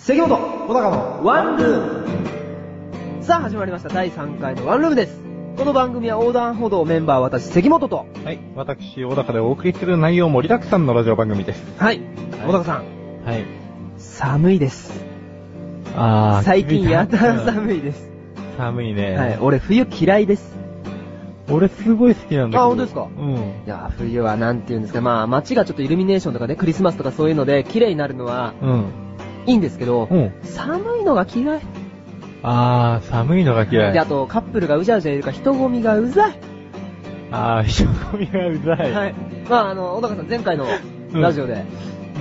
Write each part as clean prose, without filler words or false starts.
関本小高のワンルーム。さあ始まりました第3回のワンルームです。この番組は横断歩道メンバー私関本と、 はい、私小高でお送りする内容盛りだくさんのラジオ番組です。 はい、小高さん、 はい、 寒いです。最近やたら寒いです。 寒いね。 はい、俺冬嫌いです。 俺すごい好きなんだけど。 あ、本当ですか？ うん。 いや、冬はなんて言うんですか、まあ街がちょっとイルミネーションとかね、クリスマスとかそういうので綺麗になるのは、いいんですけど、寒いのが嫌い。 寒いのが嫌い。 で、あとカップルがうじゃうじゃいるから人混みがうざい。 人混みがうざい。 はい。まあ小高さん前回のラジオで、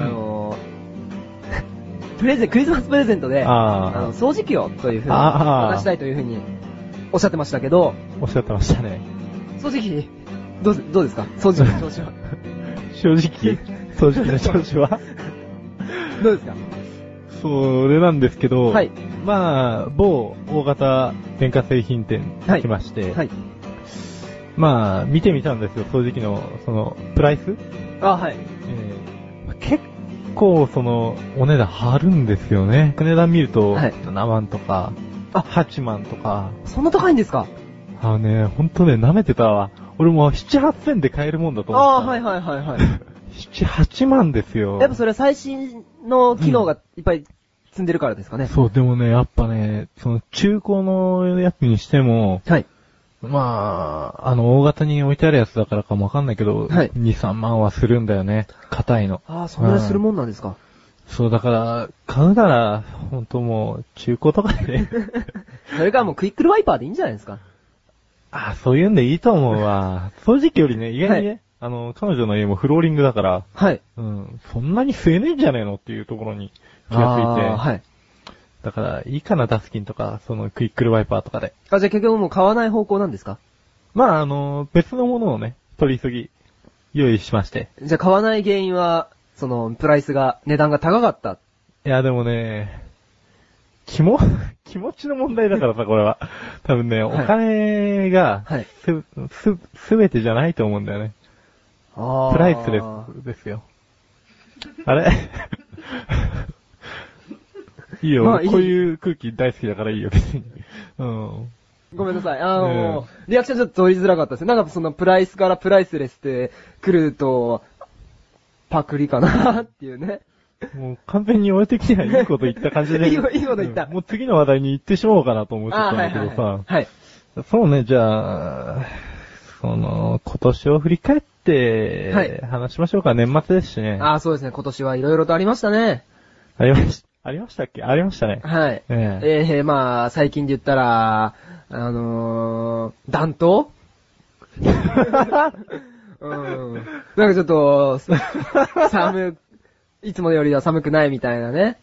クリスマスプレゼントで、掃除機をというふうに渡したいというふうにおっしゃってましたけど、 おっしゃってましたね。 掃除機、どうですか？掃除機の調子は。 正直、掃除機の調子はどうですか？ それなんですけど、 はい。 まあ、某大型電化製品店に来まして、はい。まあ、見てみたんですよ、掃除機の、プライス？ はい。 結構、お値段張るんですよね。値段見ると、7万とか、8万とか。 そんな高いんですか？ ほんとね、舐めてたわ。俺も7、8千で買えるもんだと思った。 はい。 7、8万ですよ。 やっぱそれは最新の機能がいっぱい積んでるからですかね。 そう、でもね、やっぱね、中古のやつにしても、はい。まあ、大型に置いてあるやつだからかもわかんないけど、はい。2、3万はするんだよね。硬いの。 そんなにするもんなんですか？ そう、だから、買うなら、ほんともう、中古とかでね。 それからもうクイックルワイパーでいいんじゃないですか？ そういうんでいいと思うわ。掃除機よりね、意外にね、彼女の家もフローリングだから、はい。そんなに吸えねえんじゃねえのっていうところに気がついて、はい。だから、いいかな、ダスキンとか、クイックルワイパーとかで。 じゃあ結局もう買わない方向なんですか？ まあ、別のものをね、取り急ぎ、用意しまして。 じゃあ買わない原因は、プライスが、値段が高かった。 いや、でもね、気持ちの問題だからさ、これは。多分ね、お金が、すべてじゃないと思うんだよね。プライスレスですよ。あれいいよ、こういう空気大好きだからいいよ、別に。 ごめんなさい。リアクションちょっと取りづらかったです。なんかプライスからプライスレスって来ると、パクリかなっていうね。 もう完全に俺的にはいいこと言った感じで。 いいこと言った。 もう次の話題に行ってしまおうかなと思ってたんだけどさ。はい。そうね、じゃあ、今年を振り返って、話しましょうか。年末ですしね。 そうですね。今年はいろいろとありましたね。 ありましたっけ？ありましたね。 はい。まあ、最近で言ったら、暖冬なんかちょっと、いつもよりは寒くないみたいなね。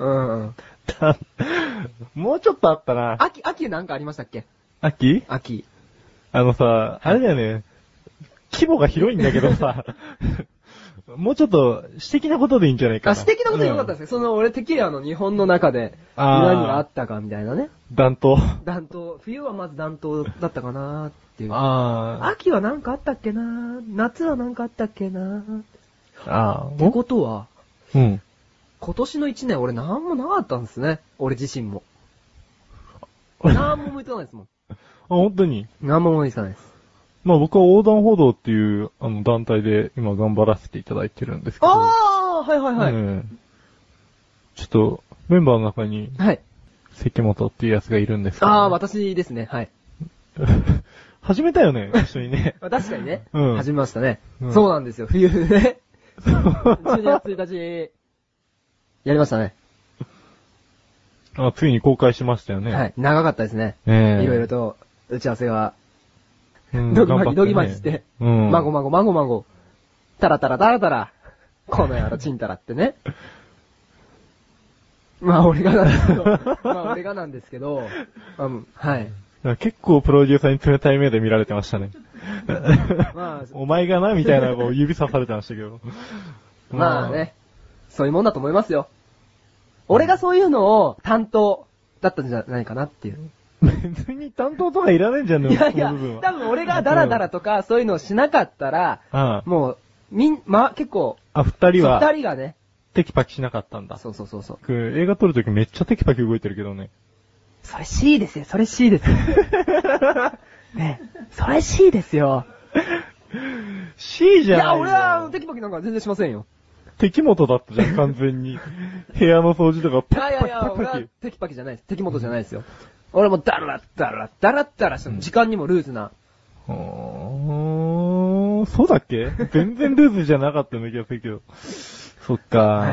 もうちょっとあったな。 秋なんかありましたっけ？ 秋。 あれだよね。規模が広いんだけどさ、もうちょっと、私的なことでいいんじゃないかな。 私的なことでよかったですね。俺的には日本の中で、何があったかみたいなね。 暖冬。 冬はまず暖冬だったかなっていう。秋はなんかあったっけな？夏はなんかあったっけな？ってことは、今年の1年俺なんもなかったんですね。俺自身も。なんも思いつかないですもん。 本当に？ なんも思いつかないです。 まあ僕は横断歩道っていう、団体で今頑張らせていただいてるんですけど。 はい。 ちょっと、メンバーの中に、関本っていうやつがいるんですけど、 私ですね、はい。 始めたよね、一緒にね。 確かにね。始めましたね。そうなんですよ、冬ね。12月1日、やりましたね。 ついに公開しましたよね。 はい。長かったですね。いろいろと、打ち合わせが、ドギマギして、まご、タラタラ、この野郎チンタラってね。まあ俺がなんですけど、はい。 結構プロデューサーに冷たい目で見られてましたね。お前がなみたいな指さされてましたけど。 まあね、そういうもんだと思いますよ。俺がそういうのを担当だったんじゃないかなっていう。 別に担当とかいらないんじゃんね。 いや、多分俺がダラダラとかそういうのをしなかったら、もう、結構、 二人がね、 テキパキしなかったんだ。 そう。 映画撮るときめっちゃテキパキ動いてるけどね。 それ C ですよ。ね、それ C ですよ。 C じゃない。 いや、俺はテキパキなんか全然しませんよ。 敵元だったじゃん、完全に。部屋の掃除とかパキパキパキパキ。いや、俺はテキパキじゃないです。敵元じゃないですよ。俺もダラして時間にもルーズな。 そうだっけ全然ルーズじゃなかったような気がするけど。そっか。 はい。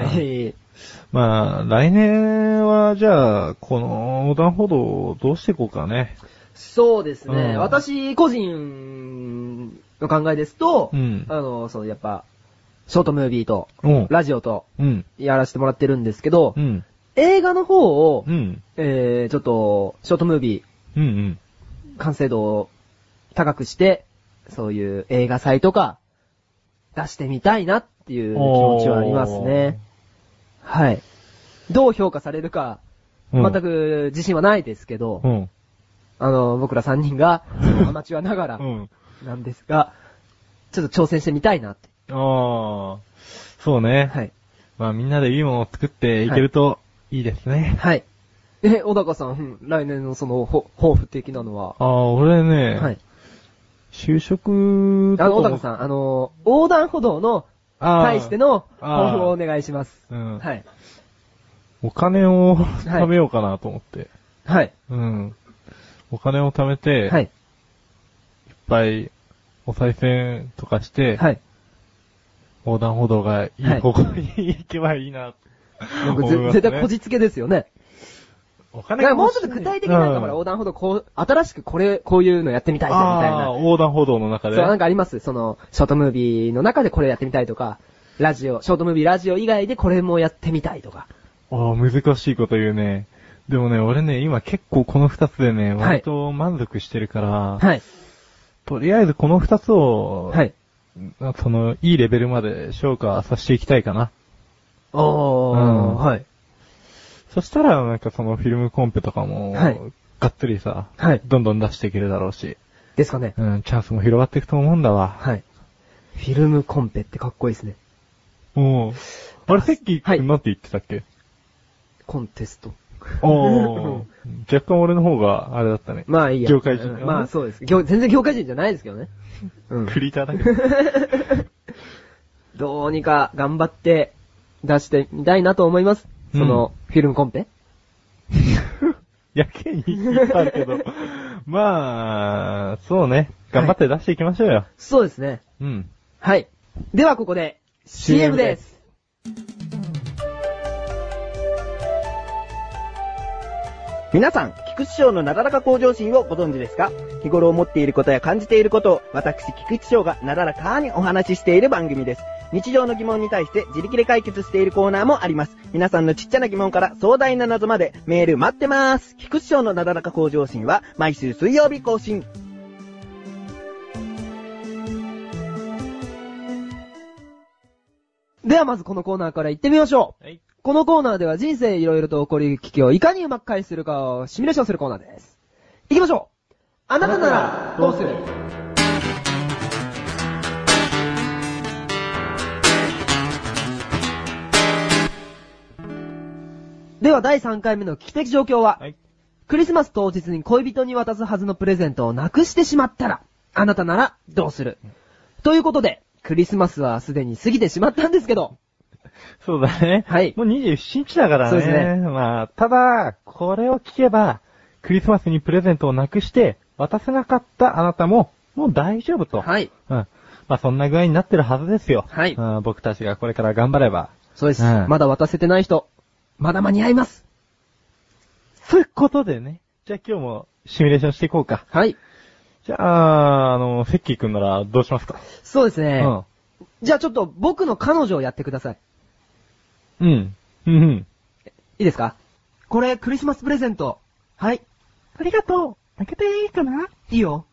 まあ、来年は、じゃあ、この横断歩道をどうしていこうかね。 そうですね。私、個人の考えですと、やっぱ、ショートムービーと、ラジオと、やらせてもらってるんですけど、映画の方を、ちょっと、ショートムービー、完成度を高くして、そういう映画祭とか、出してみたいなっていう気持ちはありますね。はい。どう評価されるか、全く自信はないですけど、僕ら3人が、アマチュアながら、なんですが、ちょっと挑戦してみたいなって。 そうね。はい。まあみんなでいいものを作っていけるといいですね。 はい。小高さん、来年のその、抱負的なのは俺ね、はい。就職小高さん、横断歩道の、対しての抱負をお願いします。はい。 お金を貯めようかなと思って。 はい。 お金を貯めて、はい。いっぱい、お賽銭とかして、はい。横断歩道がいい方向に行けばいいな、 絶対こじつけですよね。 お金がもうちょっと具体的な横断歩道新しくこういうのやってみたいみたいな。 横断歩道の中で。 そう、なんかあります。ショートムービーの中でこれやってみたいとか、ショートムービーラジオ以外でこれもやってみたいとか。 難しいこと言うね。でもね、俺ね、今結構この二つでね、割と満足してるから、はい。とりあえずこの二つを、はい。いいレベルまで消化させていきたいかな。はい。そしたら、なんかフィルムコンペとかも、はい。がっつりさ、はい。どんどん出していけるだろうし。 ですかね。 チャンスも広がっていくと思うんだわ。 はい。フィルムコンペってかっこいいですね。 あれ、セッキー君なんて言ってたっけ？ コンテスト。 若干俺の方が、あれだったね。 まあいいや。 業界人。 まあそうです。全然業界人じゃないですけどね。 クリーターだけど。 どうにか頑張って出してみたいなと思います。フィルムコンペやけに言ったけど。まあ、そうね。頑張って出していきましょうよ。 そうですね。はい。ではここで、CM です。 皆さん、菊池翔のなだらか向上心をご存知ですか？日頃思っていることや感じていることを、私、菊池翔がなだらかにお話ししている番組です。日常の疑問に対して自力で解決しているコーナーもあります。皆さんのちっちゃな疑問から壮大な謎までメール待ってます。菊池翔のなだらか向上心は毎週水曜日更新。 ではまずこのコーナーから行ってみましょう。はい。このコーナーでは人生いろいろと起こる危機をいかにうまく回避するかをシミュレーションするコーナーです。行きましょう。あなたならどうする？では第3回目の危機的状況は、はい、クリスマス当日に恋人に渡すはずのプレゼントをなくしてしまったら、あなたならどうする？ということで、クリスマスはすでに過ぎてしまったんですけど。 そうだね。はい。もう27日だからね。そうですね。まあ、ただ、これを聞けば、クリスマスにプレゼントをなくして、渡せなかったあなたも、もう大丈夫と。はい。まあ、そんな具合になってるはずですよ。はい。僕たちがこれから頑張れば。 そうです。まだ渡せてない人、まだ間に合います。 そういうことでね。じゃあ今日もシミュレーションしていこうか。 はい。 じゃあ、セッキーくんならどうしますか？ そうですね。じゃあちょっと僕の彼女をやってください。いいですか？これクリスマスプレゼント。はい。 ありがとう。開けていいかな？ いいよ。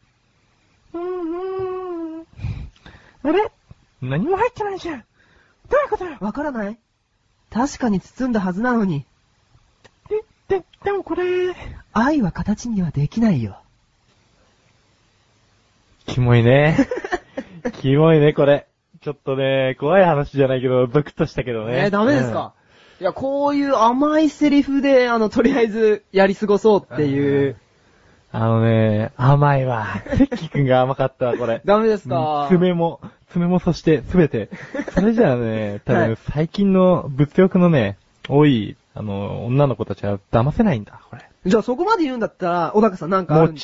あれ？何も入ってないじゃん。どういうことだよ？ わからない？確かに包んだはずなのに。 でもこれ、 愛は形にはできないよ。 キモいね。キモいね、これ。 ちょっとね、怖い話じゃないけど、ゾクッとしたけどね。 ダメですか、いや、こういう甘いセリフで、とりあえずやり過ごそうっていう。 甘いわ。セッキーくんが甘かったわ、これ。 ダメですか、 爪もそしてすべて。それじゃあね、多分、最近の物欲のね、多い、女の子たちは騙せないんだ、これ。 じゃあそこまで言うんだったら、小高さんなんかある？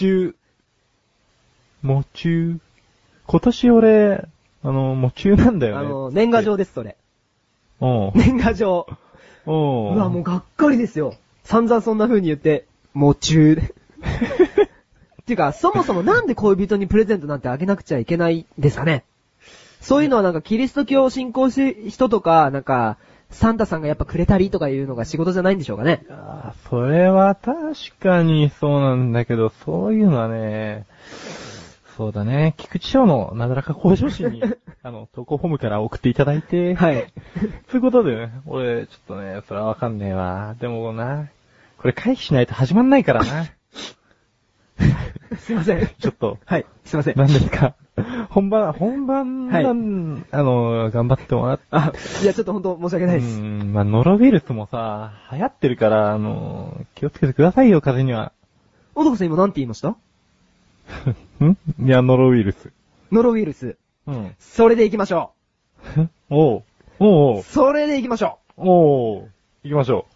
夢中。今年俺、夢中なんだよね。年賀状です、それ。年賀状。うわ、もうがっかりですよ。散々そんな風に言って、夢中。っていうか、そもそもなんで恋人にプレゼントなんてあげなくちゃいけないんですかね。そういうのはなんかキリスト教を信仰してる人とか、なんか、サンタさんがやっぱくれたりとかいうのが仕事じゃないんでしょうかね。 それは確かにそうなんだけど、そういうのはね、そうだね、菊池翔のなだらか向上心に、投稿フォームから送っていただいて、 はい。 そういうことでね、俺、ちょっとね、それはわかんねえわ。でもな、これ回避しないと始まんないからな。 すいません。 ちょっと。 はい、すいません。 何ですか本番、はい、頑張ってもらって。 いや、ちょっと本当申し訳ないです。 ノロウイルスもさ、流行ってるから、気をつけてくださいよ、風邪には。 小高さん今なんて言いましたいや、ノロウイルス。 ノロウイルス。 うん。 それで行きましょう。おう。 それで行きましょう。おう。行きましょ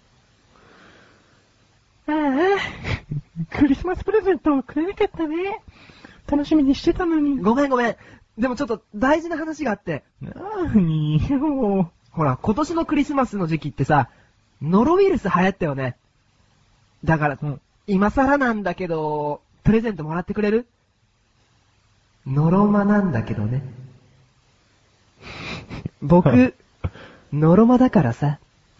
う。クリスマスプレゼントくれなかったね。楽しみにしてたのに。ごめん。でもちょっと大事な話があって。 何よ。 ほら、今年のクリスマスの時期ってさ、ノロウイルス流行ったよね。だから、今更なんだけど、プレゼントもらってくれる？ノロマなんだけどね。僕、ノロマだからさ。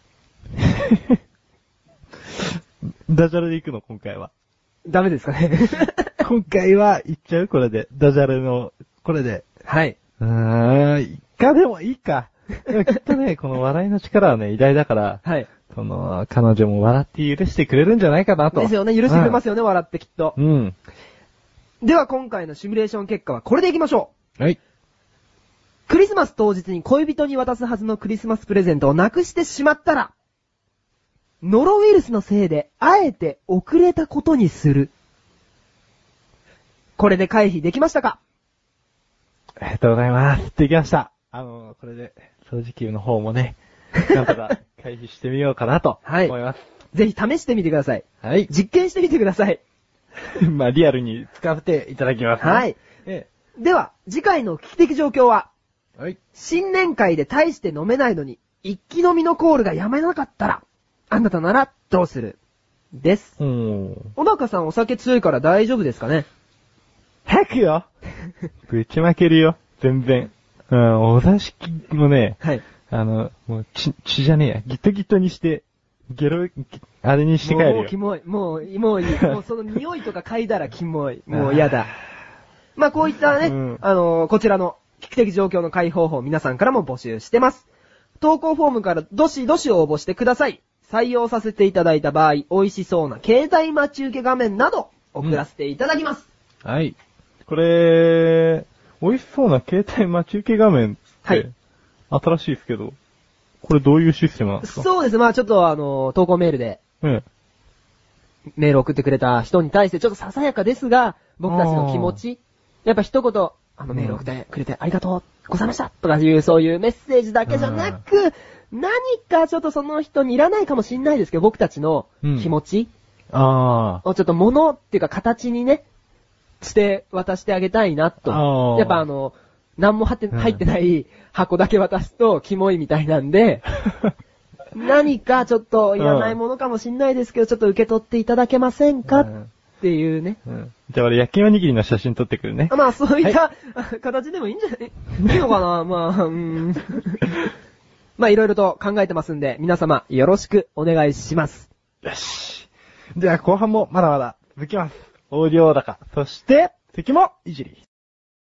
ダジャレで行くの、今回は。 ダメですかね。 今回は行っちゃうこれで。ダジャレの、これで。 はい。 でもいいか。でもきっとね、この笑いの力はね、偉大だから。 はい。 彼女も笑って許してくれるんじゃないかなと。 ですよね、許してくれますよね、笑ってきっと。 うん。 では今回のシミュレーション結果はこれでいきましょう。はい。 クリスマス当日に恋人に渡すはずのクリスマスプレゼントをなくしてしまったら、ノロウイルスのせいで、あえて遅れたことにする。これで回避できましたか？ ありがとうございます。できました。これで、掃除機の方もね、なんとか回避してみようかなと思います。はい、 ぜひ試してみてください。 はい。 実験してみてください。 まあ、リアルに使っていただきます、ね。 はい。では、次回の危機的状況は、 はい。 新年会で大して飲めないのに、一気飲みのコールがやめなかったら、あなたならどうする？です。小高さんお酒強いから大丈夫ですかね？ 吐くよぶちまけるよ。全然。お座敷もね、 はい。 もう血じゃねえや。ギトギトにして、あれにして帰るよ。 もうキモい。もういい。もうその匂いとか嗅いだらキモい。もう嫌だ。まあこういったね、こちらの危機的状況の回避方法皆さんからも募集してます。投稿フォームからどしどし応募してください。採用させていただいた場合、美味しそうな携帯待ち受け画面など送らせていただきます。 はい。これ、美味しそうな携帯待ち受け画面って、はい。新しいですけど、これどういうシステムなんですか？ そうです。まあちょっと投稿メールで、メール送ってくれた人に対してちょっとささやかですが、僕たちの気持ち、やっぱ一言、メール送ってくれてありがとうございましたとかいう、そういうメッセージだけじゃなく、何かちょっとその人にいらないかもしんないですけど、僕たちの気持ちをちょっと物っていうか形にね、して渡してあげたいなと。やっぱ何も入ってない箱だけ渡すとキモいみたいなんで、何かちょっといらないものかもしんないですけど、ちょっと受け取っていただけませんかっていうね。 じゃあ俺焼きおにぎりの写真撮ってくるね。 まあそういった、形でもいいんじゃない？いいのかな？まあ、まあいろいろと考えてますんで、皆様よろしくお願いします。 よし。では後半もまだまだ続きます。オーディオ高、そして、関もいじり。